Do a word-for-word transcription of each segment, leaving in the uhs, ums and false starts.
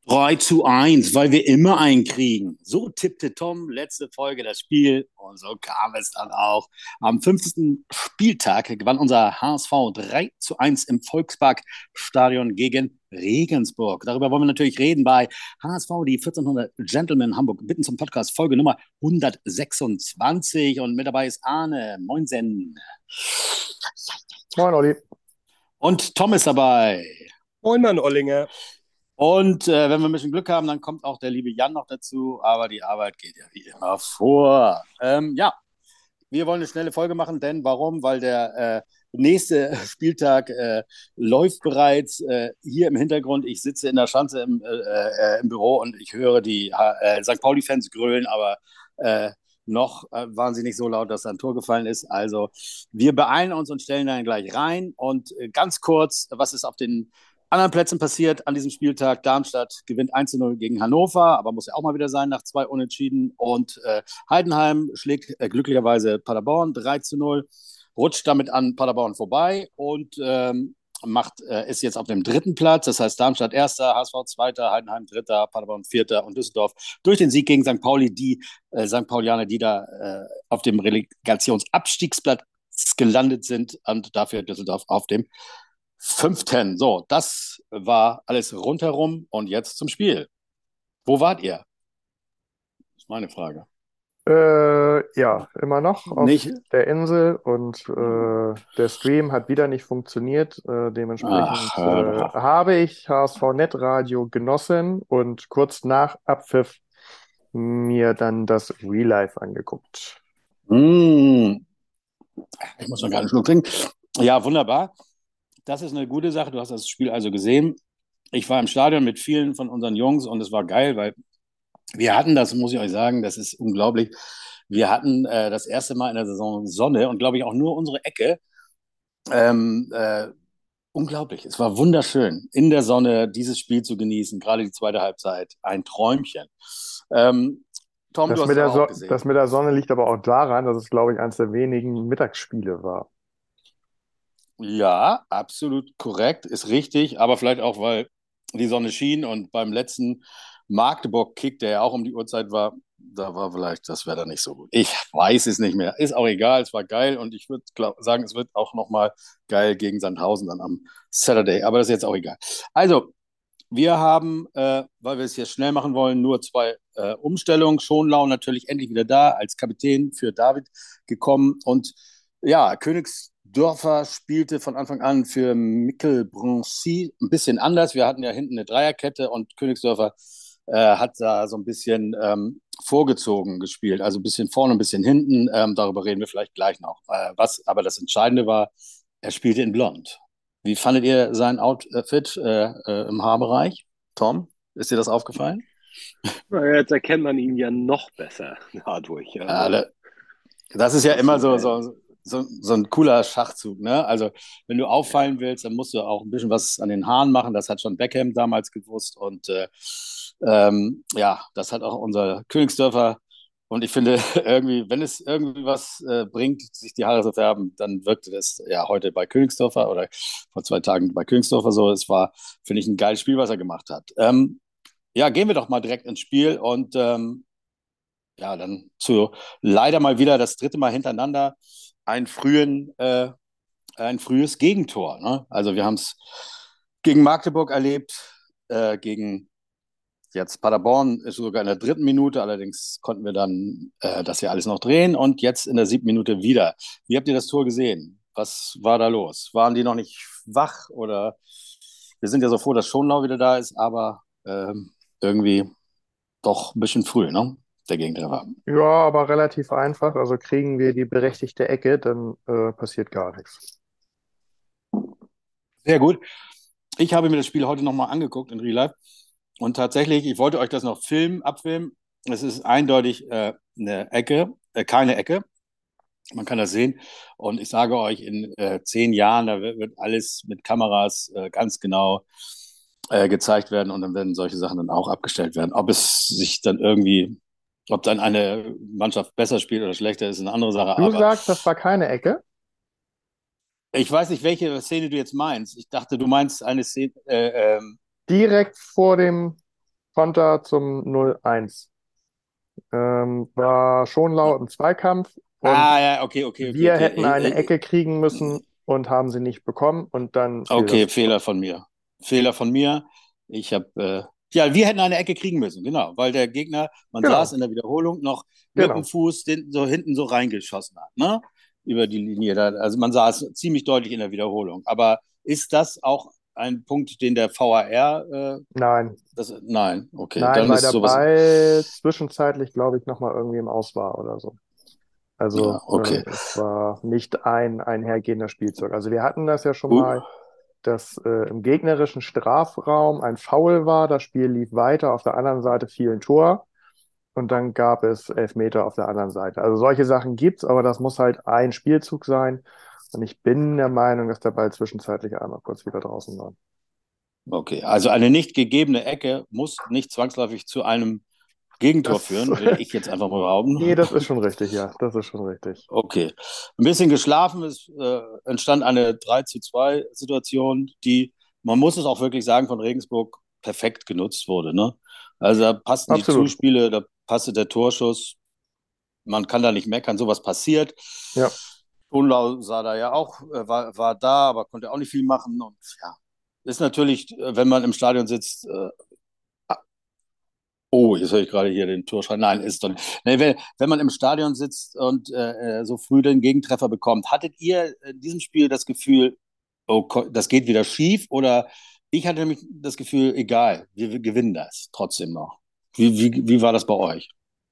drei zu eins, weil wir immer einen kriegen. So tippte Tom letzte Folge das Spiel und so kam es dann auch. Am fünfzehnten Spieltag gewann unser H S V drei zu eins im Volksparkstadion gegen Regensburg. Darüber wollen wir natürlich reden bei H S V, die vierzehnhundert Gentlemen Hamburg. Bitten zum Podcast, Folge Nummer hundertsechsundzwanzig. Und mit dabei ist Arne. Moinsen. Moin, Olli. Und Tom ist dabei. Moin, Mann, Ollinger. Und äh, wenn wir ein bisschen Glück haben, dann kommt auch der liebe Jan noch dazu. Aber die Arbeit geht ja wie immer vor. Ähm, ja, wir wollen eine schnelle Folge machen, denn warum? Weil der äh, nächste Spieltag äh, läuft bereits äh, hier im Hintergrund. Ich sitze in der Schanze im, äh, äh, im Büro und ich höre die äh, Sankt Pauli-Fans grölen, aber äh, noch äh, waren sie nicht so laut, dass da ein Tor gefallen ist. Also wir beeilen uns und stellen dann gleich rein. Und äh, ganz kurz, was ist auf den anderen Plätzen passiert an diesem Spieltag? Darmstadt gewinnt eins zu null gegen Hannover, aber muss ja auch mal wieder sein nach zwei Unentschieden. Und äh, Heidenheim schlägt äh, glücklicherweise Paderborn drei zu null, rutscht damit an Paderborn vorbei und ähm, macht, äh, ist jetzt auf dem dritten Platz. Das heißt, Darmstadt erster, H S V zweiter, Heidenheim dritter, Paderborn vierter und Düsseldorf durch den Sieg gegen Sankt Pauli, die äh, Sankt Paulianer, die da äh, auf dem Relegationsabstiegsplatz gelandet sind und dafür Düsseldorf auf dem fünften. So, das war alles rundherum und jetzt zum Spiel. Wo wart ihr? Das ist meine Frage. Äh, ja, immer noch auf Nicht? der Insel und äh, der Stream hat wieder nicht funktioniert. Äh, Ach, dementsprechend hör doch äh, auf. habe ich H S V Netradio genossen und kurz nach Abpfiff mir dann das Real Life angeguckt. Mm, ich muss noch gar nicht Schluck trinken. Ja, wunderbar. Das ist eine gute Sache. Du hast das Spiel also gesehen. Ich war im Stadion mit vielen von unseren Jungs und es war geil, weil wir hatten das, muss ich euch sagen, das ist unglaublich. Wir hatten äh, das erste Mal in der Saison Sonne und glaube ich auch nur unsere Ecke. Ähm, äh, unglaublich. Es war wunderschön, in der Sonne dieses Spiel zu genießen, gerade die zweite Halbzeit. Ein Träumchen. Ähm, Tom, du Das hast mit es aber der auch so gesehen. das mit der Sonne liegt aber auch daran, dass es, glaube ich, eines der wenigen Mittagsspiele war. Ja, absolut korrekt, ist richtig, aber vielleicht auch, weil die Sonne schien und beim letzten Magdeburg-Kick, der ja auch um die Uhrzeit war, da war vielleicht das Wetter nicht so gut. Ich weiß es nicht mehr. Ist auch egal, es war geil und ich würde sagen, es wird auch nochmal geil gegen Sandhausen dann am Saturday, aber das ist jetzt auch egal. Also, wir haben, äh, weil wir es jetzt schnell machen wollen, nur zwei äh, Umstellungen. Schonlau natürlich endlich wieder da, als Kapitän für David gekommen. Und ja, Königsdörfer spielte von Anfang an für Mikkel Broncy ein bisschen anders. Wir hatten ja hinten eine Dreierkette und Königsdörfer äh, hat da so ein bisschen ähm, vorgezogen gespielt. Also ein bisschen vorne, ein bisschen hinten. Ähm, darüber reden wir vielleicht gleich noch. Äh, was aber das Entscheidende war, er spielte in Blond. Wie fandet ihr sein Outfit äh, äh, im Haarbereich? Tom, ist dir das aufgefallen? Na, jetzt erkennt man ihn ja noch besser dadurch. Also, Äh, das ist ja immer so, sensationell. so, so, so ein cooler Schachzug. Ne? Also, wenn du auffallen Ja. willst, dann musst du auch ein bisschen was an den Haaren machen. Das hat schon Beckham damals gewusst. Und äh, ähm, ja, das hat auch unser Königsdörfer. Und ich finde, irgendwie, wenn es irgendwie was äh, bringt, sich die Haare zu färben, dann wirkte das ja heute bei Königsdörfer oder vor zwei Tagen bei Königsdörfer so. Es war, finde ich, ein geiles Spiel, was er gemacht hat. Ähm, ja, gehen wir doch mal direkt ins Spiel und ähm, ja, dann zu leider mal wieder das dritte Mal hintereinander einen frühen, äh, ein frühes Gegentor. Ne? Also wir haben es gegen Magdeburg erlebt, äh, gegen jetzt Paderborn ist sogar in der dritten Minute, allerdings konnten wir dann äh, das ja alles noch drehen und jetzt in der siebten Minute wieder. Wie habt ihr das Tor gesehen? Was war da los? Waren die noch nicht wach oder wir sind ja so froh, dass Schonlau wieder da ist, aber ähm, irgendwie doch ein bisschen früh, ne? Der Gegentreffer. Ja, aber relativ einfach. Also kriegen wir die berechtigte Ecke, dann äh, passiert gar nichts. Sehr gut. Ich habe mir das Spiel heute nochmal angeguckt in Real Life und tatsächlich, ich wollte euch das noch filmen, abfilmen. Es ist eindeutig äh, eine Ecke, äh, keine Ecke. Man kann das sehen. Und ich sage euch, in äh, zehn Jahren, da wird, wird alles mit Kameras äh, ganz genau äh, gezeigt werden und dann werden solche Sachen dann auch abgestellt werden. Ob es sich dann irgendwie, ob dann eine Mannschaft besser spielt oder schlechter, ist eine andere Sache. Du Aber sagst, das war keine Ecke? ich weiß nicht, welche Szene du jetzt meinst. Ich dachte, du meinst eine Szene, äh, ähm, Direkt vor dem. Konter zum null eins. Ähm, war schon laut im Zweikampf und Ah, ja, okay, okay, okay, wir okay. hätten eine Äh, Ecke kriegen äh, müssen und haben sie nicht bekommen und dann fiel Okay, das. Fehler von mir. Fehler von mir. Ich habe, äh, ja, wir hätten eine Ecke kriegen müssen, genau, weil der Gegner, man saß Genau, in der Wiederholung noch mit dem genau. Fuß den, so hinten so reingeschossen hat, ne? Über die Linie. Da, also man sah es ziemlich deutlich in der Wiederholung. Aber ist das auch ein Punkt, den der V A R, äh, Nein, das, nein, okay, nein, dann weil ist der sowas, Ball zwischenzeitlich, glaube ich, nochmal irgendwie im Aus war oder so. ja, Also okay. ähm, es war nicht ein einhergehender Spielzug. Also wir hatten das ja schon Uh, mal, dass äh, im gegnerischen Strafraum ein Foul war, das Spiel lief weiter, auf der anderen Seite fiel ein Tor und dann gab es Elfmeter auf der anderen Seite. Also solche Sachen gibt's, aber das muss halt ein Spielzug sein. Und ich bin der Meinung, dass der Ball zwischenzeitlich einmal kurz wieder draußen war. okay, also eine nicht gegebene Ecke muss nicht zwangsläufig zu einem Gegentor Das, führen, würde ich jetzt einfach mal nee, behaupten. das ist schon richtig, ja, das ist schon richtig. Okay. Ein bisschen geschlafen, es äh, entstand eine drei zu zwei Situation, die, man muss es auch wirklich sagen, von Regensburg perfekt genutzt wurde. Ne? Also da passten die Absolut. Zuspiele, da passte der Torschuss, man kann da nicht meckern, sowas passiert. Ja, Schonlau sah da ja auch, äh, war, war da, aber konnte auch nicht viel machen. Und ja, ist natürlich, äh, wenn man im Stadion sitzt, äh, oh, jetzt höre ich gerade hier den Torschrei. Nein, ist doch nicht. Nee, wenn, wenn man im Stadion sitzt und äh, äh, so früh den Gegentreffer bekommt, hattet ihr in diesem Spiel das Gefühl, oh, das geht wieder schief? Oder ich hatte nämlich das Gefühl, egal, wir, wir gewinnen das trotzdem noch. Wie, wie, wie war das bei euch,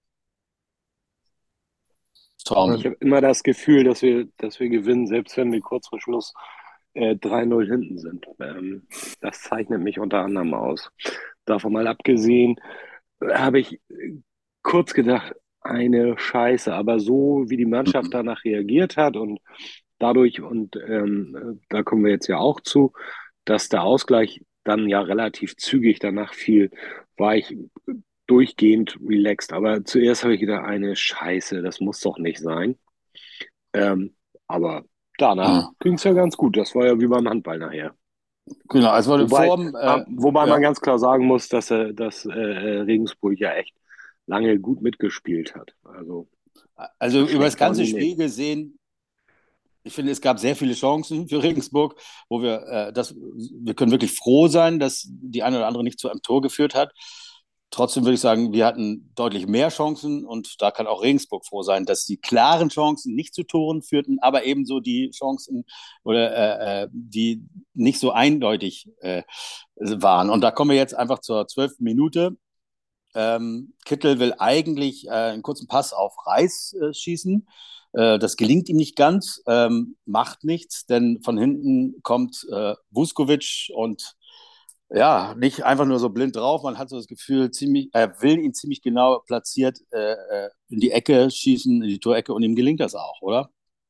Ich Tom? habe immer das Gefühl, dass wir, dass wir gewinnen, selbst wenn wir kurz vor Schluss äh, drei null hinten sind. Ähm, das zeichnet mich unter anderem aus. Davon mal abgesehen, äh, habe ich äh, kurz gedacht, eine Scheiße, aber so wie die Mannschaft Mhm. danach reagiert hat und dadurch, und ähm, äh, da kommen wir jetzt ja auch zu, dass der Ausgleich dann ja relativ zügig danach fiel, war ich durchgehend relaxed. Aber zuerst habe ich gedacht, eine Scheiße, das muss doch nicht sein. Ähm, aber danach Ja. ging es ja ganz gut. Das war ja wie beim Handball nachher. Genau, es wurde Wobei, vor dem, äh, ähm, wobei man ja, ganz klar sagen muss, dass, äh, dass äh, äh, Regensburg ja echt lange gut mitgespielt hat. Also also über das schlecht waren ganze die nicht. Spiel gesehen, ich finde, es gab sehr viele Chancen für Regensburg, wo wir, äh, das, wir können wirklich froh sein, dass die eine oder andere nicht zu einem Tor geführt hat. Trotzdem würde ich sagen, wir hatten deutlich mehr Chancen und da kann auch Regensburg froh sein, dass die klaren Chancen nicht zu Toren führten, aber ebenso die Chancen oder äh, äh, die nicht so eindeutig äh, waren. Und da kommen wir jetzt einfach zur zwölften Minute. Ähm, Kittel will eigentlich äh, einen kurzen Pass auf Reis äh, schießen. Äh, das gelingt ihm nicht ganz, ähm, macht nichts, denn von hinten kommt äh, Vuskovic und ja, nicht einfach nur so blind drauf. Man hat so das Gefühl, ziemlich, er will ihn ziemlich genau platziert äh, äh, in die Ecke schießen, in die Torecke und ihm gelingt das auch, oder?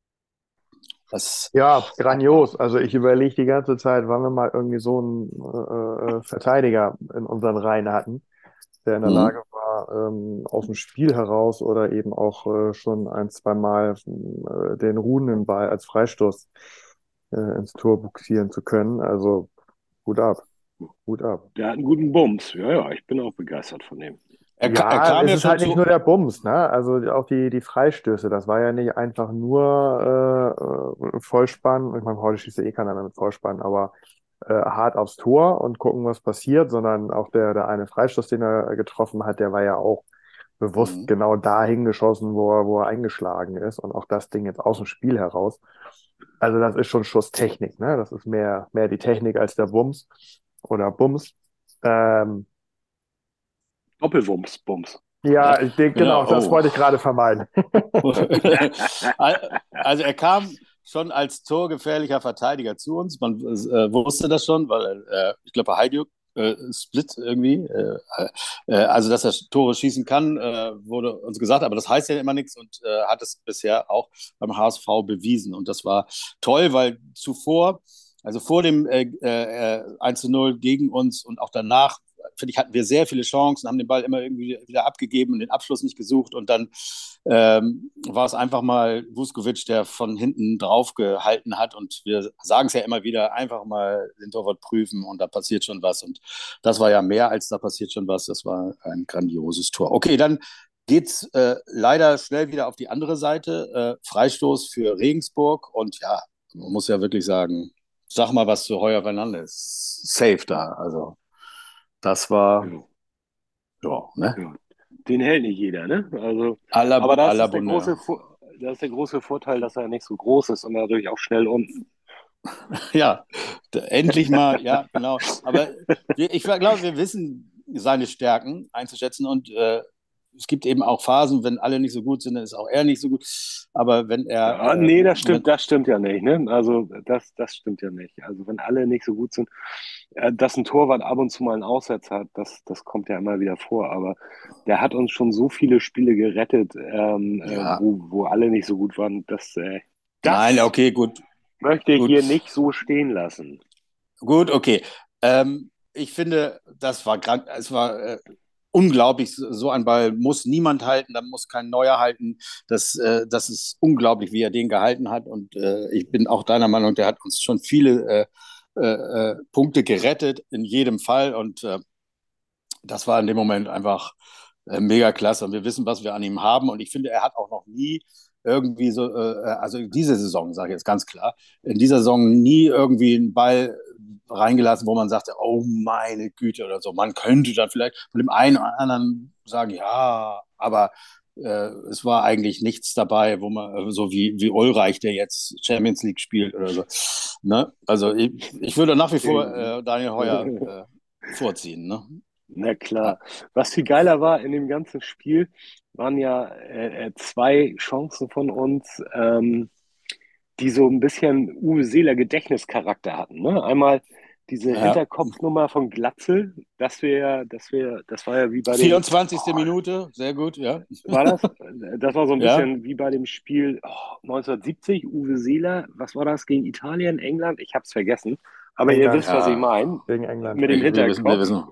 Das, ja, grandios. Also ich überlege die ganze Zeit, wann wir mal irgendwie so einen äh, äh, Verteidiger in unseren Reihen hatten, der in der mh, Lage war, ähm, aus dem Spiel heraus oder eben auch äh, schon ein, zwei Mal äh, den ruhenden Ball als Freistoß äh, ins Tor buxieren zu können. Also Hut ab, Hut ab. Der hat einen guten Bums. Ja, ja, ich bin auch begeistert von dem. er, er Ja, kam es ja ist schon halt nicht nur zu. der Bums, ne? Also auch die, die Freistöße, das war ja nicht einfach nur äh, äh, Vollspann. Ich meine, heute schießt ja eh keiner mehr mit Vollspann, aber äh, hart aufs Tor und gucken, was passiert, sondern auch der, der eine Freistoß, den er getroffen hat, der war ja auch bewusst Mh, genau dahin geschossen, wo er, wo er eingeschlagen ist und auch das Ding jetzt aus dem Spiel heraus. Also das ist schon Schusstechnik, ne? Das ist mehr, mehr die Technik als der Bums oder Bums. Ähm, Doppelwumms, Bums. ja, ich denke, genau, genau, das oh. wollte ich gerade vermeiden. Also er kam schon als torgefährlicher Verteidiger zu uns. Man äh, wusste das schon, weil äh, ich glaube, Hajduk äh, Split irgendwie, äh, äh, also dass er Tore schießen kann, äh, wurde uns gesagt, aber das heißt ja immer nichts und äh, hat es bisher auch beim H S V bewiesen. Und das war toll, weil zuvor, also vor dem äh, äh, eins zu null gegen uns und auch danach, finde ich, hatten wir sehr viele Chancen, haben den Ball immer irgendwie wieder abgegeben und den Abschluss nicht gesucht. Und dann ähm, war es einfach mal Vuskovic, der von hinten drauf gehalten hat. Und wir sagen es ja immer wieder, einfach mal den Torwart prüfen und da passiert schon was. Und das war ja mehr als da passiert schon was. Das war ein grandioses Tor. Okay, dann geht's äh, leider schnell wieder auf die andere Seite. Äh, Freistoß für Regensburg. Und ja, man muss ja wirklich sagen, sag mal was zu Heuer Fernandes. Safe da. Also, das war, Ja, ja, ne? ja. Den hält nicht jeder, ne? Also, À la, aber das à la ist der große, Bonheur. Vo- das ist der große Vorteil, dass er nicht so groß ist und dadurch auch schnell unten. Ja, d- endlich mal, ja, genau. Aber wir, ich glaube, wir wissen seine Stärken einzuschätzen und äh, es gibt eben auch Phasen, wenn alle nicht so gut sind, dann ist auch er nicht so gut. Aber wenn Ja, er, äh, nee, das stimmt, wenn, das stimmt ja nicht, ne? Also das, das stimmt ja nicht. Also wenn alle nicht so gut sind, äh, dass ein Torwart ab und zu mal einen Aussetzer hat, das, das kommt ja immer wieder vor. Aber der hat uns schon so viele Spiele gerettet, ähm, äh, ja, wo, wo alle nicht so gut waren. Das, äh, nein, das okay, gut, möchte ich gut. hier nicht so stehen lassen. Gut, okay. Ähm, ich finde, das war gran- es war äh, unglaublich. So ein Ball muss niemand halten, da muss kein Neuer halten. Das, äh, das ist unglaublich, wie er den gehalten hat. Und äh, ich bin auch deiner Meinung, der hat uns schon viele äh, äh, äh, Punkte gerettet in jedem Fall. Und äh, das war in dem Moment einfach äh, mega klasse. Und wir wissen, was wir an ihm haben. Und ich finde, er hat auch noch nie irgendwie so, äh, also diese Saison, sage ich jetzt ganz klar, in dieser Saison nie irgendwie einen Ball reingelassen, wo man sagte, oh meine Güte oder so. Man könnte dann vielleicht von dem einen oder anderen sagen, ja, aber äh, es war eigentlich nichts dabei, wo man, äh, so wie, wie Ulreich, der jetzt Champions League spielt oder so. Ne? Also ich, ich würde nach wie vor äh, Daniel Heuer äh, vorziehen. Ne? Na Ja. klar. Was viel geiler war in dem ganzen Spiel, waren ja äh, äh, zwei Chancen von uns, ähm, die so ein bisschen Uwe Seeler Gedächtnischarakter hatten. Ne? Einmal diese Ja. Hinterkopfnummer von Glatzel, das wir, das wir, das war ja wie bei dem, vierundzwanzigste. oh, Minute, sehr gut, ja. war das? Das war so ein Ja. bisschen wie bei dem Spiel oh, neunzehnhundertsiebzig, Uwe Seeler, was war das gegen Italien, England? Ich hab's vergessen. Aber ihr England wisst, was ich Ja, meine. gegen England. Mit dem wir, wir wissen, wir Hinterkopf. wissen.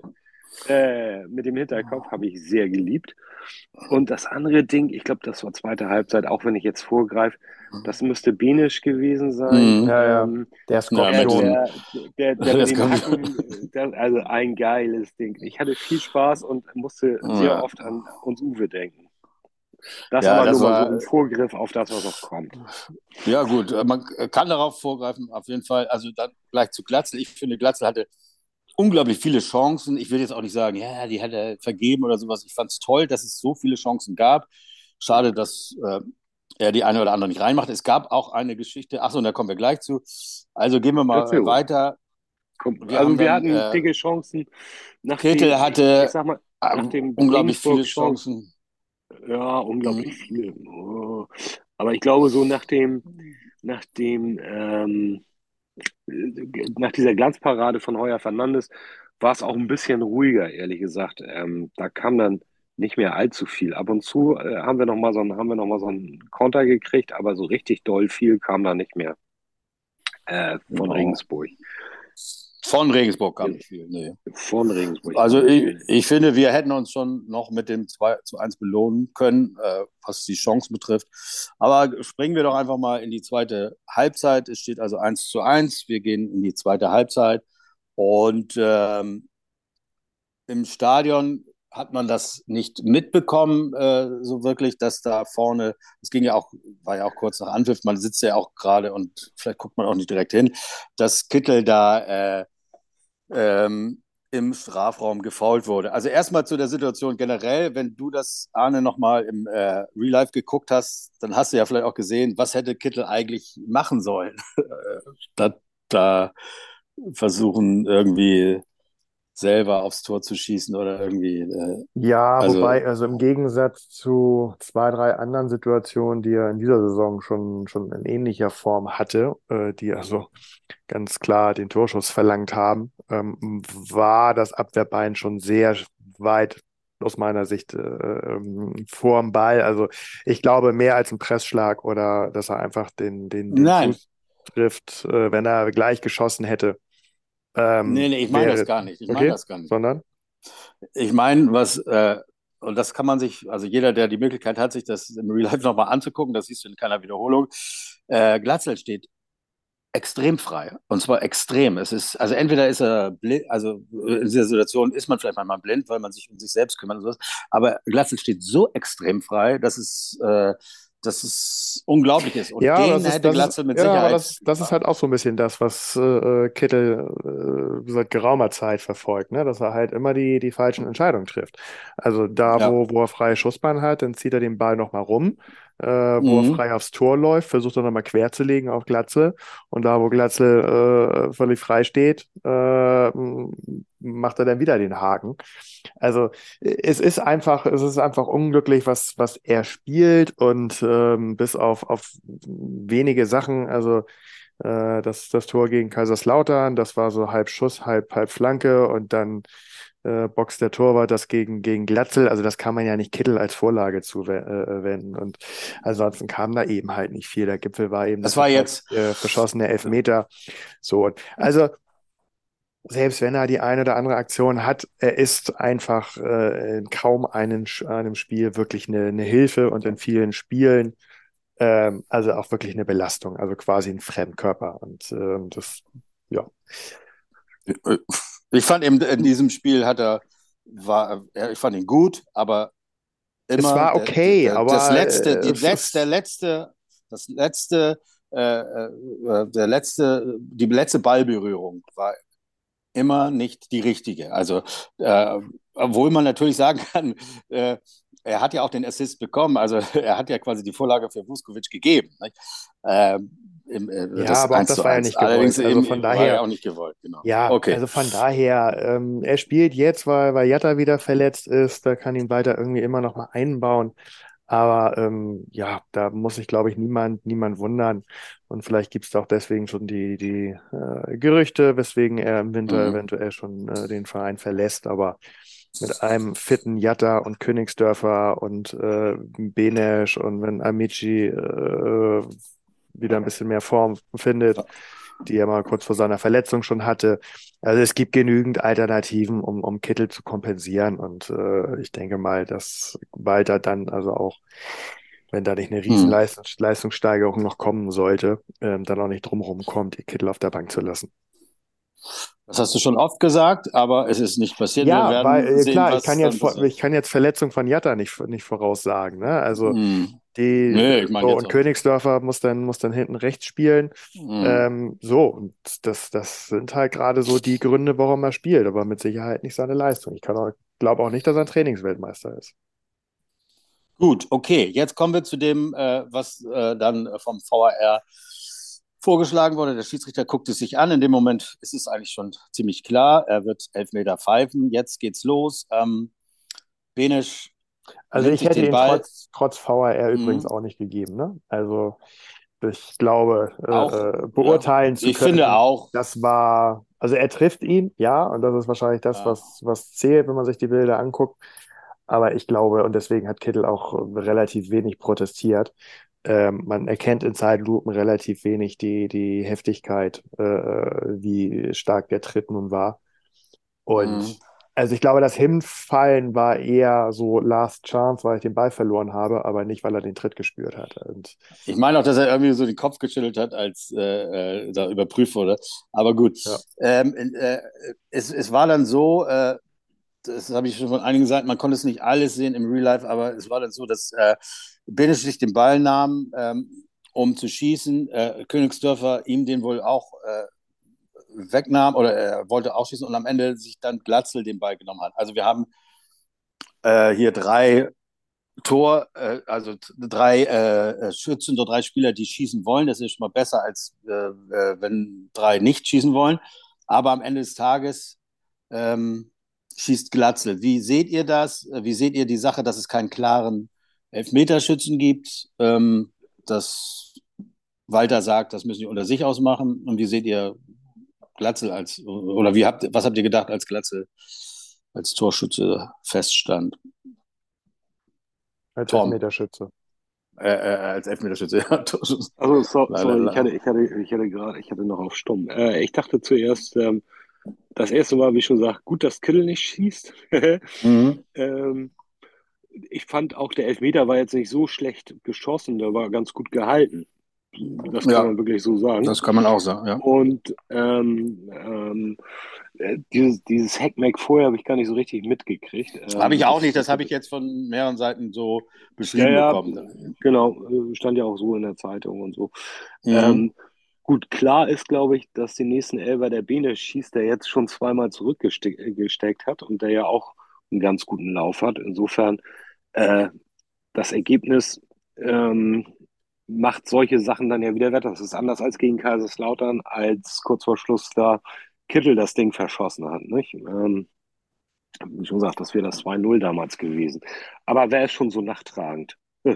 Äh, mit dem Hinterkopf habe ich sehr geliebt. Und das andere Ding, ich glaube, das war zweite Halbzeit, auch wenn ich jetzt vorgreife, das müsste Benisch gewesen sein. Mhm. Ja, ja. Ähm, Der Ja, mit der, Skorpion. diesem, der, der, der mit das den kommt, Hacken, der, also ein geiles Ding. Ich hatte viel Spaß und musste sehr ja. oft an uns Uwe denken. Das Ja, aber das nur mal so war, im Vorgriff auf das, was noch kommt. ja gut, man kann darauf vorgreifen, auf jeden Fall. Also dann gleich zu Glatzel. Ich finde, Glatzel hatte unglaublich viele Chancen. Ich will jetzt auch nicht sagen, ja, die hat er vergeben oder sowas. Ich fand es toll, dass es so viele Chancen gab. Schade, dass äh, er die eine oder andere nicht reinmacht. Es gab auch eine Geschichte, achso, und da kommen wir gleich zu. Also gehen wir Erzähl mal ruhig. weiter. Komm, Wir haben also wir dann, hatten äh, dicke Chancen nach Kittel dem, ich hatte sag mal, äh, nach dem unglaublich viele Regensburg-Chancen. Chancen. Ja, unglaublich Mhm. viele. Oh. Aber ich glaube, so nach dem, nach dem, ähm, nach dieser Glanzparade von Heuer Fernandes war es auch ein bisschen ruhiger, ehrlich gesagt. Ähm, da kam dann nicht mehr allzu viel. Ab und zu äh, haben wir noch mal so einen, haben wir noch mal so einen Konter gekriegt, aber so richtig doll viel kam da nicht mehr äh, von Genau. Regensburg. Von Regensburg kam nicht viel. Nee. Von Regensburg kam Also nicht ich, viel. ich finde, wir hätten uns schon noch mit dem zwei zu eins belohnen können, äh, was die Chance betrifft. Aber springen wir doch einfach mal in die zweite Halbzeit. Es steht also eins zu eins. Wir gehen in die zweite Halbzeit. Und ähm, im Stadion hat man das nicht mitbekommen, äh, so wirklich, dass da vorne, es ging ja auch, war ja auch kurz nach Anpfiff, man sitzt ja auch gerade und vielleicht guckt man auch nicht direkt hin, dass Kittel da äh, ähm, im Strafraum gefoult wurde. Also erstmal zu der Situation generell, wenn du das, Arne, nochmal im äh, Real Life geguckt hast, dann hast du ja vielleicht auch gesehen, was hätte Kittel eigentlich machen sollen. da, da versuchen irgendwie selber aufs Tor zu schießen oder irgendwie, äh, Ja, also, wobei, also im Gegensatz zu zwei, drei anderen Situationen, die er in dieser Saison schon, schon in ähnlicher Form hatte, äh, die also ganz klar den Torschuss verlangt haben, ähm, war das Abwehrbein schon sehr weit aus meiner Sicht äh, ähm, vorm Ball. Also ich glaube, mehr als ein Pressschlag oder dass er einfach den, den, den nein, Fuß trifft, äh, wenn er gleich geschossen hätte, ähm, nee, nee, ich meine das wäre, gar nicht. Ich meine okay, das gar nicht. sondern? Ich meine, was, äh, und das kann man sich, also jeder, der die Möglichkeit hat, sich das im Real Life nochmal anzugucken, das siehst du in keiner Wiederholung. Äh, Glatzel steht extrem frei. Und zwar extrem. Es ist, also entweder ist er blind, also in dieser Situation ist man vielleicht manchmal blind, weil man sich um sich selbst kümmert und sowas. Aber Glatzel steht so extrem frei, dass es, äh, dass es unglaublich ist. Und Ja, den das ist, hätte das ist, Glatzel mit ja, aber Sicherheit. das, das ist halt auch so ein bisschen das, was äh, Kittel äh, seit geraumer Zeit verfolgt, ne? Dass er halt immer die, die falschen Entscheidungen trifft. Also da, Ja. wo, wo er freie Schussbahn hat, dann zieht er den Ball nochmal rum. Äh, wo er Mhm. frei aufs Tor läuft, versucht er nochmal quer zu legen auf Glatzel. Und da, wo Glatzel äh, völlig frei steht, äh, m- macht er dann wieder den Haken. Also es ist einfach, es ist einfach unglücklich, was, was er spielt und ähm, bis auf, auf wenige Sachen, also äh, das, das Tor gegen Kaiserslautern, das war so halb Schuss, halb, halb Flanke und dann äh, boxt der Torwart das gegen, gegen Glatzel, also das kann man ja nicht Kittel als Vorlage zuwenden und ansonsten kam da eben halt nicht viel. Der Gipfel war eben der Das war verschoss, jetzt, äh, verschossene Elfmeter. So, also selbst wenn er die eine oder andere Aktion hat, er ist einfach äh, in kaum einen, einem Spiel wirklich eine, eine Hilfe und in vielen Spielen ähm, also auch wirklich eine Belastung, also quasi ein Fremdkörper. Und ähm, das, ja. ich fand eben in diesem Spiel hat er, war, ich fand ihn gut, aber Es immer war der, okay, der, das aber letzte, äh, die es letzte, der ist, letzte, das letzte, äh, äh, der letzte, die letzte Ballberührung war immer nicht die richtige. Also, äh, obwohl man natürlich sagen kann, äh, er hat ja auch den Assist bekommen, also er hat ja quasi die Vorlage für Vuskovic gegeben. Nicht? Ähm, im, äh, ja, das aber auch eins das zu war ja eins. nicht Allerdings gewollt. Also eben, von eben war ja daher, auch nicht gewollt, genau. ja, Okay. also von daher, ähm, er spielt jetzt, weil, weil Jatta wieder verletzt ist, da kann ihn weiter irgendwie immer noch mal einbauen. Aber ähm, ja, da muss sich, glaube ich, niemand, niemand wundern. Und vielleicht gibt es auch deswegen schon die, die äh, Gerüchte, weswegen er im Winter Mhm. eventuell schon äh, den Verein verlässt. Aber mit einem fitten Jatta und Königsdörfer und äh, Benesch und wenn Amici äh, wieder ein bisschen mehr Form findet, die er mal kurz vor seiner Verletzung schon hatte. Also es gibt genügend Alternativen, um, um Kittel zu kompensieren. Und äh, ich denke mal, dass Walter dann also auch, wenn da nicht eine riesen Mhm. Leistungs Leistungssteigerung noch kommen sollte, ähm, dann auch nicht drumherum kommt, die Kittel auf der Bank zu lassen. Das hast du schon oft gesagt, aber es ist nicht passiert. Wir Ja, weil werden äh, sehen, klar, ich kann was jetzt dann vor- passiert. ich kann jetzt Verletzung von Jatta nicht nicht voraussagen, ne? Also Mhm. die Nee, ich meine so jetzt und auch. Königsdörfer muss dann muss dann hinten rechts spielen. Mhm. Ähm, so und das das sind halt gerade so die Gründe, warum er spielt, aber mit Sicherheit nicht seine Leistung. Ich kann auch glaube auch nicht, dass er ein Trainingsweltmeister ist. Gut, okay. Jetzt kommen wir zu dem, äh, was äh, dann vom V A R vorgeschlagen wurde. Der Schiedsrichter guckt es sich an. In dem Moment ist es eigentlich schon ziemlich klar. Er wird Elfmeter pfeifen. Jetzt geht's los. Ähm, Benisch Also nimmt ich sich hätte den ihn Ball. trotz trotz V R R übrigens Mhm. auch nicht gegeben, ne? Also ich glaube, Auch, äh, äh, ja. beurteilen zu Ich finde können, auch. das war, also er trifft ihn, ja, und das ist wahrscheinlich das, Ja. was, was zählt, wenn man sich die Bilder anguckt. Aber ich glaube, und deswegen hat Kittel auch relativ wenig protestiert. Ähm, man erkennt in Zeitlupen relativ wenig die, die Heftigkeit, äh, äh, wie stark der Tritt nun war. Mhm. Und also ich glaube, das Hinfallen war eher so Last Chance, weil ich den Ball verloren habe, aber nicht, weil er den Tritt gespürt hat. Und Ich meine auch, dass er irgendwie so den Kopf geschüttelt hat, als äh, äh, da überprüft wurde. Aber gut. ja. Ähm, äh, es, es war dann so, äh, das habe ich schon von einigen gesagt, man konnte es nicht alles sehen im Real Life, aber es war dann so, dass äh, Benisch sich den Ball nahm, ähm, um zu schießen. Äh, Königsdörfer ihm den wohl auch äh, wegnahm oder er wollte auch schießen und am Ende sich dann Glatzel den Ball genommen hat. Also wir haben äh, hier drei Tor, äh, also drei äh, Schützen oder drei Spieler, die schießen wollen. Das ist schon mal besser, als äh, äh, wenn drei nicht schießen wollen. Aber am Ende des Tages ähm, schießt Glatzel. Wie seht ihr das? Wie seht ihr die Sache, dass es keinen klaren Elfmeterschützen gibt? Ähm, dass Walter sagt, das müssen die unter sich ausmachen. Und wie seht ihr Glatzel als, oder wie habt, was habt ihr gedacht, als Glatzel als Torschütze feststand? Als Tom. Elfmeterschütze. Äh, äh, als Elfmeterschütze, ja. Also so, La, la, sorry, ich la. hatte, ich hatte, ich hatte gerade, ich hatte noch auf Stumm. Äh, ich dachte zuerst, ähm, das erste Mal, wie ich schon gesagt, gut, dass Kittel nicht schießt. Mhm. ähm, Ich fand auch, der Elfmeter war jetzt nicht so schlecht geschossen, der war ganz gut gehalten. Das kann Ja, man wirklich so sagen. das kann man auch sagen, ja. Und ähm, ähm, äh, dieses, dieses Hackmack vorher habe ich gar nicht so richtig mitgekriegt. Habe Ähm, ich auch das, nicht, das das habe hätte, ich jetzt von mehreren Seiten so ja, beschrieben ja, bekommen. genau, äh, stand ja auch so in der Zeitung und so. Mhm. Ähm, gut, klar ist, glaube ich, dass den nächsten Elfer der Bene schießt, der jetzt schon zweimal zurückgesteckt hat und der ja auch einen ganz guten Lauf hat. Insofern, äh, das Ergebnis ähm, macht solche Sachen dann ja wieder wett. Das ist anders als gegen Kaiserslautern, als kurz vor Schluss da Kittel das Ding verschossen hat. Nicht? Ähm, wie schon gesagt, das wäre das zwei null damals gewesen. Aber wer ist schon so nachtragend?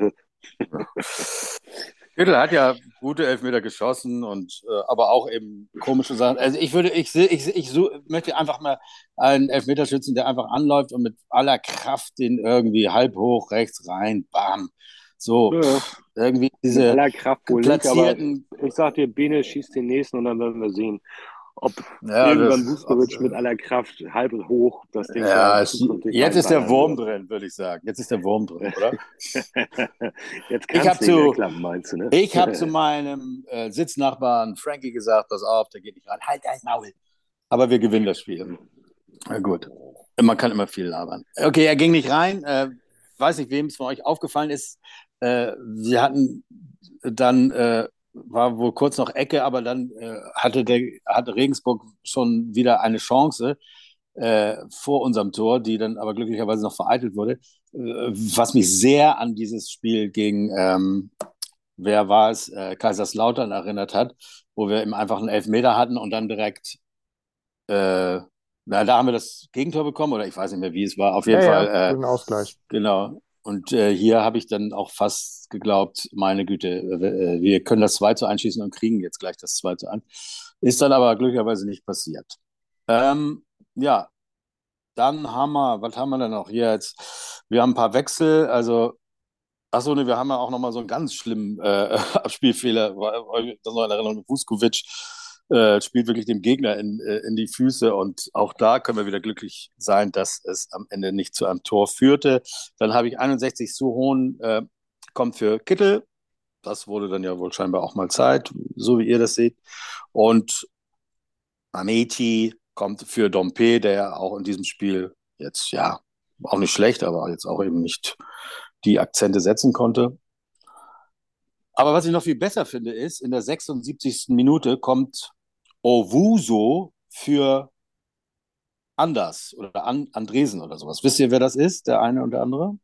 Kittel hat ja gute Elfmeter geschossen und äh, aber auch eben komische Sachen. Also ich würde, ich sehe, ich, ich so, möchte einfach mal einen Elfmeterschützen, der einfach anläuft und mit aller Kraft den irgendwie halb hoch rechts rein, bam. So, Ja, pff, irgendwie mit diese aller Kraft wohl nicht, aber platzierten, ich sag dir, Bene schießt den nächsten und dann werden wir sehen, ob ja, irgendwann das, ob, Vuskovic mit aller Kraft halb hoch das Ding da ja, es, zukünftig jetzt ist der reinballern Wurm wird. drin, würde ich sagen. Jetzt ist der Wurm drin, oder? Jetzt Ich kann es habe nicht mehr zu, klappen, meinst du, ne? ich habe zu meinem äh, Sitznachbarn Frankie gesagt, pass auf, der geht nicht ran, halt dein Maul. Aber wir gewinnen das Spiel. Na gut. Man kann immer viel labern. Okay, er ging nicht rein. Äh, weiß nicht, wem es von euch aufgefallen ist. Äh, wir hatten dann, äh, war wohl kurz noch Ecke, aber dann äh, hatte, der, hatte Regensburg schon wieder eine Chance äh, vor unserem Tor, die dann aber glücklicherweise noch vereitelt wurde. Äh, was mich sehr an dieses Spiel gegen, ähm, wer war es, äh, Kaiserslautern erinnert hat, wo wir eben einfach einen Elfmeter hatten und dann direkt äh, na, da haben wir das Gegentor bekommen, oder ich weiß nicht mehr, wie es war. Auf Ja, jeden Fall, ja, äh, durch den Ausgleich. genau. Und äh, hier habe ich dann auch fast geglaubt, meine Güte, äh, wir können das zwei zu eins schießen und kriegen jetzt gleich das zwei zu eins. Ist dann aber glücklicherweise nicht passiert. Ähm, ja, dann haben wir, was haben wir denn noch hier jetzt? Wir haben ein paar Wechsel, also, achso, ne, wir haben ja auch nochmal so einen ganz schlimmen äh, Abspielfehler, war- war das noch in Erinnerung, Vuskovic äh, spielt wirklich dem Gegner in, äh, in die Füße und auch da können wir wieder glücklich sein, dass es am Ende nicht zu einem Tor führte. Dann habe ich einundsechzig Suhohn, äh, kommt für Kittel, das wurde dann ja wohl scheinbar auch mal Zeit, so wie ihr das seht. Und Ameti kommt für Dompe, der ja auch in diesem Spiel jetzt, ja, auch nicht schlecht, aber jetzt auch eben nicht die Akzente setzen konnte. Aber was ich noch viel besser finde, ist, in der sechsundsiebzigsten Minute kommt Owusu für Anders oder An Andresen oder sowas. Wisst ihr, wer das ist, der eine und der andere?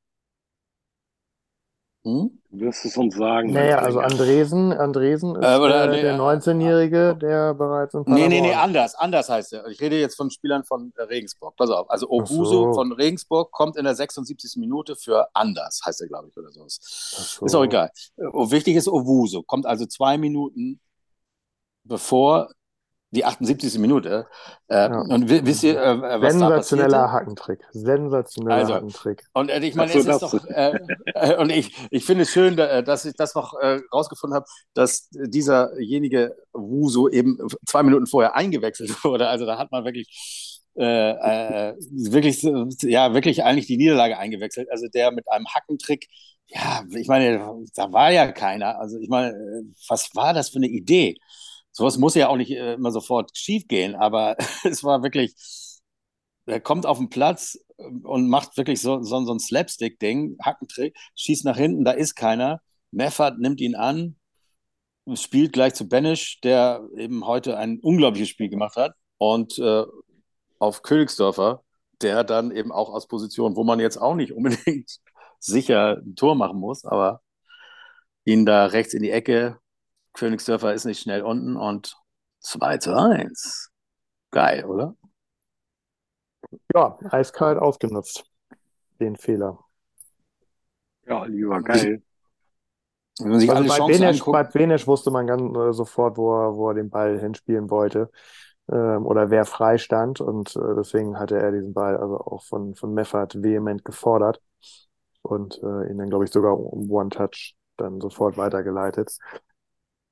Hm? Du wirst es uns sagen, mein Naja, also Kleiner. Andresen, Andresen Äh, ist oder der, nee, der äh, neunzehn-Jährige, der bereits in nee, nee, nee, Paderborn. anders. Anders heißt er. Ich rede jetzt von Spielern von äh, Regensburg. Pass auf. Also Ach Owusu so, von Regensburg kommt in der sechsundsiebzigsten Minute für Anders, heißt er, glaube ich, oder ach sowas. Ist auch so. egal. Äh, Wichtig ist Owusu. Kommt also zwei Minuten bevor die achtundsiebzigste Minute. Äh, Ja. und wisst ihr, äh, was da Sensationeller passierte? Hackentrick. Sensationeller Also, Hackentrick. und äh, ich Ach meine, so, es ist das. doch, äh, äh, und ich, ich finde es schön, da, äh, dass ich das noch äh, rausgefunden habe, dass dieserjenige Wuso eben zwei Minuten vorher eingewechselt wurde. Also da hat man wirklich, äh, äh, wirklich, ja, wirklich eigentlich die Niederlage eingewechselt. Also der mit einem Hackentrick, ja, ich meine, da war ja keiner. Also ich meine, äh, was war das für eine Idee? Sowas muss ja auch nicht äh, immer sofort schief gehen, aber es war wirklich, er kommt auf den Platz und macht wirklich so, so, so ein Slapstick-Ding, Hackentrick, schießt nach hinten, da ist keiner. Meffert nimmt ihn an, spielt gleich zu Benisch, der eben heute ein unglaubliches Spiel gemacht hat. Und äh, auf Königsdörfer, der dann eben auch aus Position, wo man jetzt auch nicht unbedingt sicher ein Tor machen muss, aber ihn da rechts in die Ecke. Königsdörfer ist nicht schnell unten und zwei zu eins. Geil, oder? Ja, eiskalt ausgenutzt, den Fehler. Ja, lieber, Wenn man sich, geil. wenn man sich Also alle bei Chancen Benesch, bei anguckt, Benesch wusste man ganz äh, sofort, wo er, wo er den Ball hinspielen wollte, ähm, oder wer frei stand. Und äh, deswegen hatte er diesen Ball also auch von, von Meffert vehement gefordert und äh, ihn dann, glaube ich, sogar um One-Touch dann sofort weitergeleitet.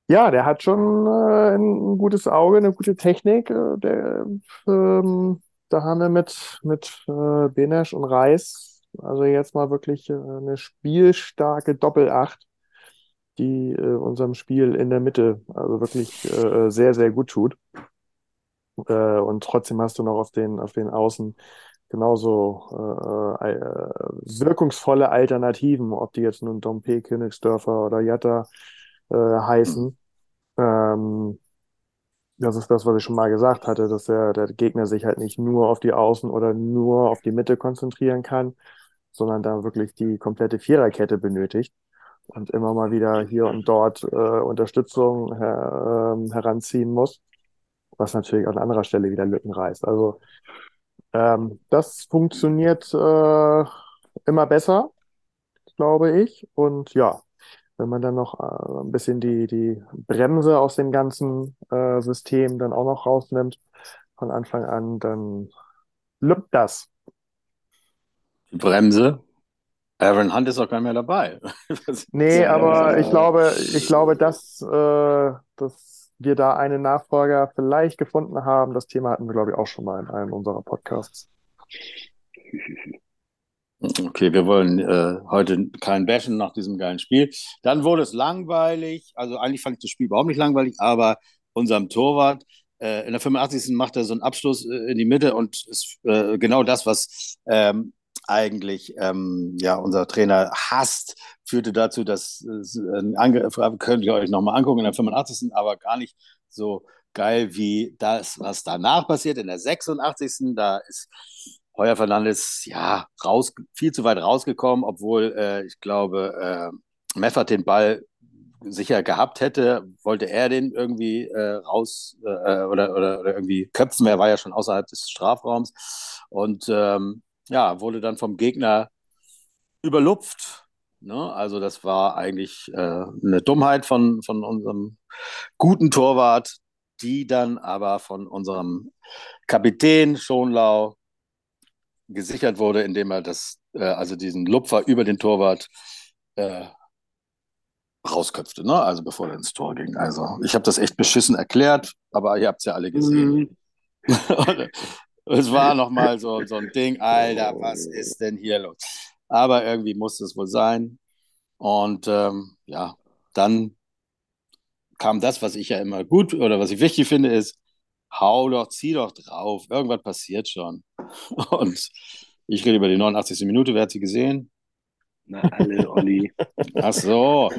Ja, der hat schon äh, ein gutes Auge, eine gute Technik. Äh, der, ähm, da haben wir mit, mit äh, Benesch und Reis also jetzt mal wirklich äh, eine spielstarke Doppelacht, die äh, unserem Spiel in der Mitte also wirklich äh, sehr, sehr gut tut. Äh, und trotzdem hast du noch auf den, auf den Außen genauso äh, äh, wirkungsvolle Alternativen, ob die jetzt nun Dompe, Königsdörfer oder Jatta äh, Hm. heißen. Ähm, Das ist das, was ich schon mal gesagt hatte, dass der, der Gegner sich halt nicht nur auf die Außen oder nur auf die Mitte konzentrieren kann, sondern da wirklich die komplette Viererkette benötigt und immer mal wieder hier und dort äh, Unterstützung her, ähm, heranziehen muss, was natürlich an anderer Stelle wieder Lücken reißt. Also ähm, das funktioniert äh, immer besser, glaube ich. Und ja, wenn man dann noch äh, ein bisschen die, die Bremse aus dem ganzen äh, System dann auch noch rausnimmt von Anfang an, dann lübt das. Die Bremse. Aaron Hunt ist auch gar nicht mehr dabei. Das ist Nee, ja wieder aber ich was. glaube, ich glaube, dass, äh, dass wir da einen Nachfolger vielleicht gefunden haben. Das Thema hatten wir, glaube ich, auch schon mal in einem unserer Podcasts. Okay, wir wollen äh, heute kein Bashen nach diesem geilen Spiel. Dann wurde es langweilig. Also eigentlich fand ich das Spiel überhaupt nicht langweilig, aber unserem Torwart äh, in der fünfundachtzigsten macht er so einen Abschluss äh, in die Mitte und ist äh, genau das, was ähm, eigentlich ähm, ja unser Trainer hasst, führte dazu, dass äh, ein Angriff, könnt ihr euch nochmal angucken, in der fünfundachtzigsten aber gar nicht so geil wie das, was danach passiert. In der sechsundachtzigsten Da ist Heuer Fernandes, ja, raus, viel zu weit rausgekommen, obwohl äh, ich glaube, äh, Meffert den Ball sicher gehabt hätte, wollte er den irgendwie äh, raus äh, oder, oder, oder irgendwie köpfen. Er war ja schon außerhalb des Strafraums und ähm, ja, wurde dann vom Gegner überlupft. Ne? Also das war eigentlich äh, eine Dummheit von, von unserem guten Torwart, die dann aber von unserem Kapitän Schonlau gesichert wurde, indem er das, äh, also diesen Lupfer über den Torwart äh, rausköpfte, ne? Also bevor er ins Tor ging. Also ich habe das echt beschissen erklärt, aber ihr habt es ja alle gesehen. Mhm. Und es war nochmal so, so ein Ding, Alter, was ist denn hier los? Aber irgendwie musste es wohl sein. Und ähm, ja, dann kam das, was ich ja immer gut oder was ich wichtig finde, ist, hau doch, zieh doch drauf, irgendwas passiert schon. Und ich rede über die neunundachtzigste Minute, wer hat sie gesehen? Na, alle, Olli. Ach so,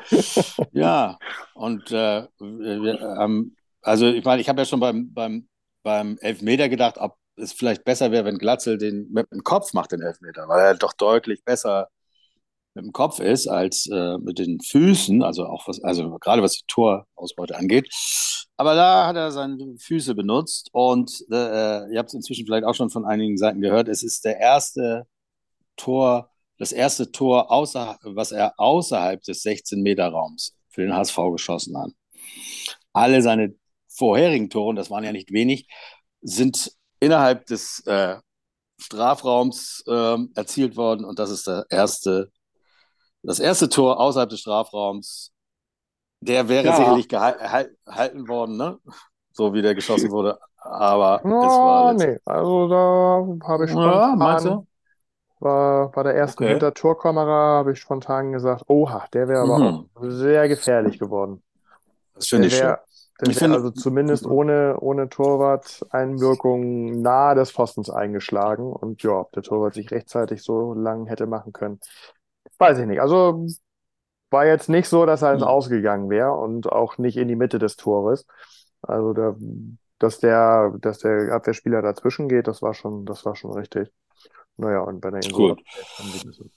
ja. Und äh, wir, ähm, also ich meine, ich habe ja schon beim, beim, beim Elfmeter gedacht, ob es vielleicht besser wäre, wenn Glatzel den mit dem Kopf macht, den Elfmeter, weil er doch deutlich besser mit dem Kopf ist als äh, mit den Füßen, also auch was, also gerade was die Torausbeute angeht. Aber da hat er seine Füße benutzt und äh, ihr habt es inzwischen vielleicht auch schon von einigen Seiten gehört. Es ist der erste Tor, das erste Tor, außer, was er außerhalb des sechzehn-Meter-Raums für den H S V geschossen hat. Alle seine vorherigen Tore, und das waren ja nicht wenig, sind innerhalb des äh, Strafraums äh, erzielt worden. Und das ist der erste, das erste Tor außerhalb des Strafraums. Der wäre Ja, sicherlich gehalten worden, ne? So wie der geschossen wurde. Aber es war Oh, letztlich. nee, also da habe ich Ja, meinst spontan, du? war bei der ersten Okay. Hintertorkamera, habe ich spontan gesagt, oha, der wäre aber auch Mhm. sehr gefährlich geworden. Das finde Der ich schon. wäre, der Ich wäre finde, also zumindest ohne, ohne Torwart-Einwirkung nahe des Pfostens eingeschlagen. Und ja, ob der Torwart sich rechtzeitig so lang hätte machen können, weiß ich nicht. Also war jetzt nicht so, dass er ins hm. Ausgegangen wäre und auch nicht in die Mitte des Tores. Also da, dass der, dass der Abwehrspieler dazwischen geht, das war schon, das war schon richtig. Naja, und wenn er ihn so Gut. abwehrt, dann gut ist es.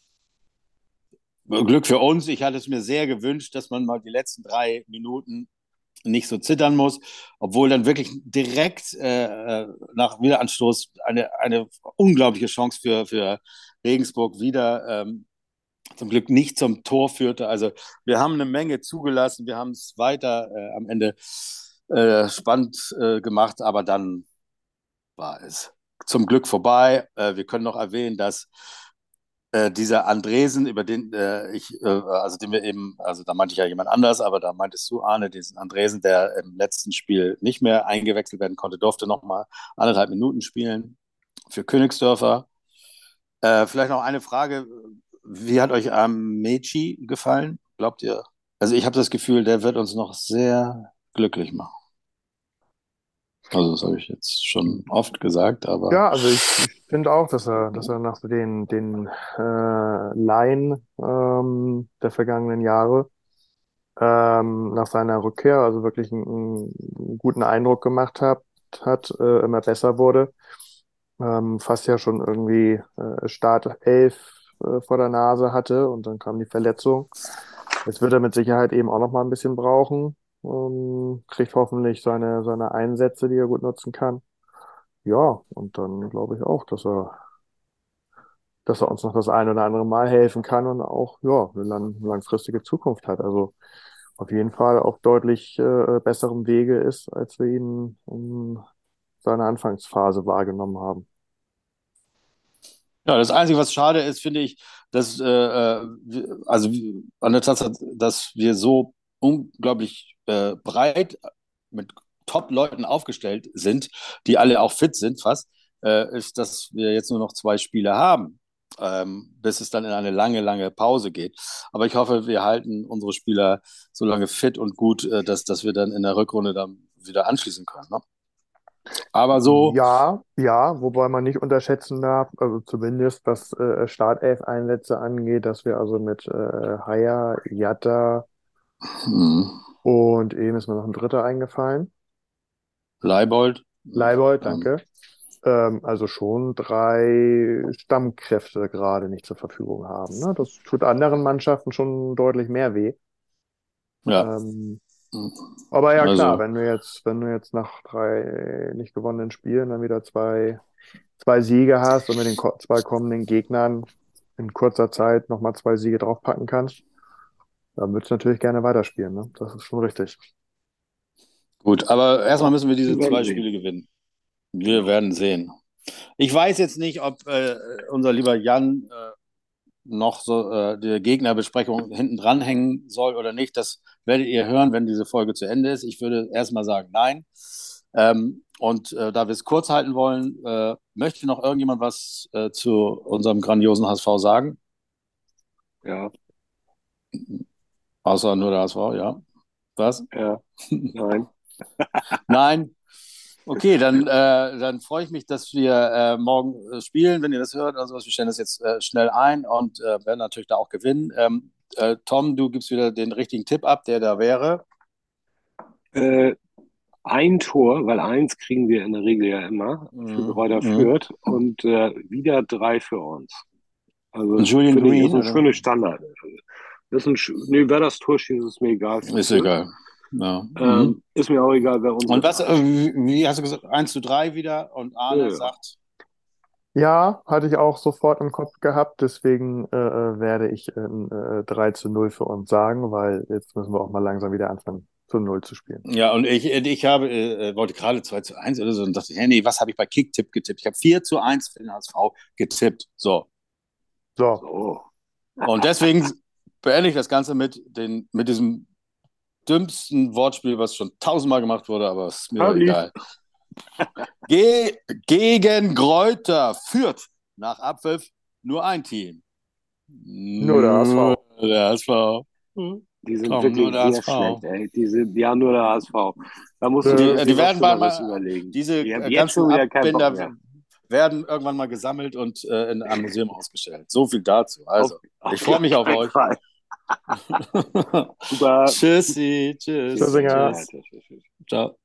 Glück für uns. Ich hatte es mir sehr gewünscht, dass man mal die letzten drei Minuten nicht so zittern muss, obwohl dann wirklich direkt äh, nach Wiederanstoß eine, eine unglaubliche Chance für, für Regensburg wieder ähm, zum Glück nicht zum Tor führte. Also wir haben eine Menge zugelassen, wir haben es weiter äh, am Ende äh, spannend äh, gemacht, aber dann war es zum Glück vorbei. Äh, wir können noch erwähnen, dass Äh, dieser Andresen, über den äh, ich, äh, also den wir eben, also da meinte ich ja jemand anders, aber da meintest du, Arne, diesen Andresen, der im letzten Spiel nicht mehr eingewechselt werden konnte, durfte noch mal anderthalb Minuten spielen für Königsdörfer. Äh, vielleicht noch eine Frage, wie hat euch Amici gefallen? Glaubt ihr? Also ich habe das Gefühl, der wird uns noch sehr glücklich machen. Also das habe ich jetzt schon oft gesagt, aber Ja, also ich, ich finde auch, dass er, dass er nach so den, den äh, Laien ähm, der vergangenen Jahre ähm, nach seiner Rückkehr also wirklich einen, einen guten Eindruck gemacht hat, hat äh, immer besser wurde. Ähm, fast ja schon irgendwie äh, Startelf äh, vor der Nase hatte und dann kam die Verletzung. Jetzt wird er mit Sicherheit eben auch noch mal ein bisschen brauchen. Ähm, kriegt hoffentlich seine, seine Einsätze, die er gut nutzen kann. Ja, und dann glaube ich auch, dass er, dass er uns noch das ein oder andere Mal helfen kann und auch ja, eine lang, langfristige Zukunft hat. Also auf jeden Fall auf deutlich äh, besserem Wege ist, als wir ihn in seiner Anfangsphase wahrgenommen haben. ja, das Einzige, was schade ist, finde ich, dass, äh, äh, wir- also an der Tatsache, dass wir so unglaublich äh, breit mit Top-Leuten aufgestellt sind, die alle auch fit sind fast, äh, ist, dass wir jetzt nur noch zwei Spiele haben, ähm, bis es dann in eine lange, lange Pause geht. Aber ich hoffe, wir halten unsere Spieler so lange fit und gut, äh, dass, dass wir dann in der Rückrunde dann wieder anschließen können. Ne? Aber so, Ja, ja, wobei man nicht unterschätzen darf, also zumindest was äh, Startelf-Einsätze angeht, dass wir also mit äh, Haya, Jatta hm, und eben ist mir noch ein dritter eingefallen. Leibold, Leibold, ähm, danke. Ähm, also schon drei Stammkräfte gerade nicht zur Verfügung haben. Ne? Das tut anderen Mannschaften schon deutlich mehr weh. ja. Ähm, aber ja klar, Also, wenn du jetzt, wenn du jetzt nach drei nicht gewonnenen Spielen dann wieder zwei, zwei Siege hast und mit den ko- zwei kommenden Gegnern in kurzer Zeit nochmal zwei Siege draufpacken kannst, dann würdest du natürlich gerne weiterspielen. Ne? Das ist schon richtig. gut, aber erstmal müssen wir Wir diese werden zwei sehen. Spiele gewinnen. Wir Genau. werden sehen. Ich weiß jetzt nicht, ob äh, unser lieber Jan äh, noch so äh, die Gegnerbesprechung hinten dranhängen soll oder nicht. Das werdet ihr hören, wenn diese Folge zu Ende ist. Ich würde erstmal sagen, nein. Ähm, und äh, da wir es kurz halten wollen, äh, möchte noch irgendjemand was äh, zu unserem grandiosen H S V sagen? Ja, Außer nur der H S V, ja. Was? ja, nein. Nein? Okay, dann, äh, dann freue ich mich, dass wir äh, morgen äh, spielen, wenn ihr das hört. Also wir stellen das jetzt äh, schnell ein und äh, werden natürlich da auch gewinnen. Ähm, äh, Tom, du gibst wieder den richtigen Tipp ab, der da wäre. Äh, ein Tor, weil eins kriegen wir in der Regel ja immer für Mhm. Greuther Mhm. Fürth und äh, wieder drei für uns. Also Julian finde ich, ist Green, ein oder? schönes Standard. Ist ein, sch- nee, wer das Tor schießt, ist mir egal für Ist Fürth. egal. Ja. Mhm. Ähm, ist mir auch egal, wer Und unsere was, drei äh, schießt. wie wie hast du gesagt? Eins zu drei wieder und Ja, Arne ja. sagt, Ja, hatte ich auch sofort im Kopf gehabt, deswegen äh, äh, werde ich ein äh, drei zu null für uns sagen, weil jetzt müssen wir auch mal langsam wieder anfangen, zu null zu spielen. ja, und ich, ich habe, äh, wollte gerade zwei zu eins oder so und dachte, hey, nee, was habe ich bei Kicktipp getippt? Ich habe vier zu eins für den H S V getippt. So. So, So. Und deswegen beende ich das Ganze mit, den, mit diesem dümmsten Wortspiel, was schon tausendmal gemacht wurde, aber es ist mir Pauli. egal. Ge gegen Greuther führt nach Abpfiff nur ein Team. nur der Nur H S V. der H S V. Die sind Tom, nur wirklich der sehr H S V. schlecht, ey. Die sind ja nur der H S V. Da musst du dir Die, Äh, äh, die wirklich was werden bei Schlimmeres mal, überlegen. diese Ich habe äh, jetzt ganzen schon wieder keinen Bock Abbinder mehr. werden irgendwann mal gesammelt und äh, in einem Museum ausgestellt. So viel dazu. Auf, Also, ich auf freue jeden mich auf euch. Fall. Super. Tschüssi, tschüss. Tschüssinger. Ja, tschüss, tschüss. Ciao.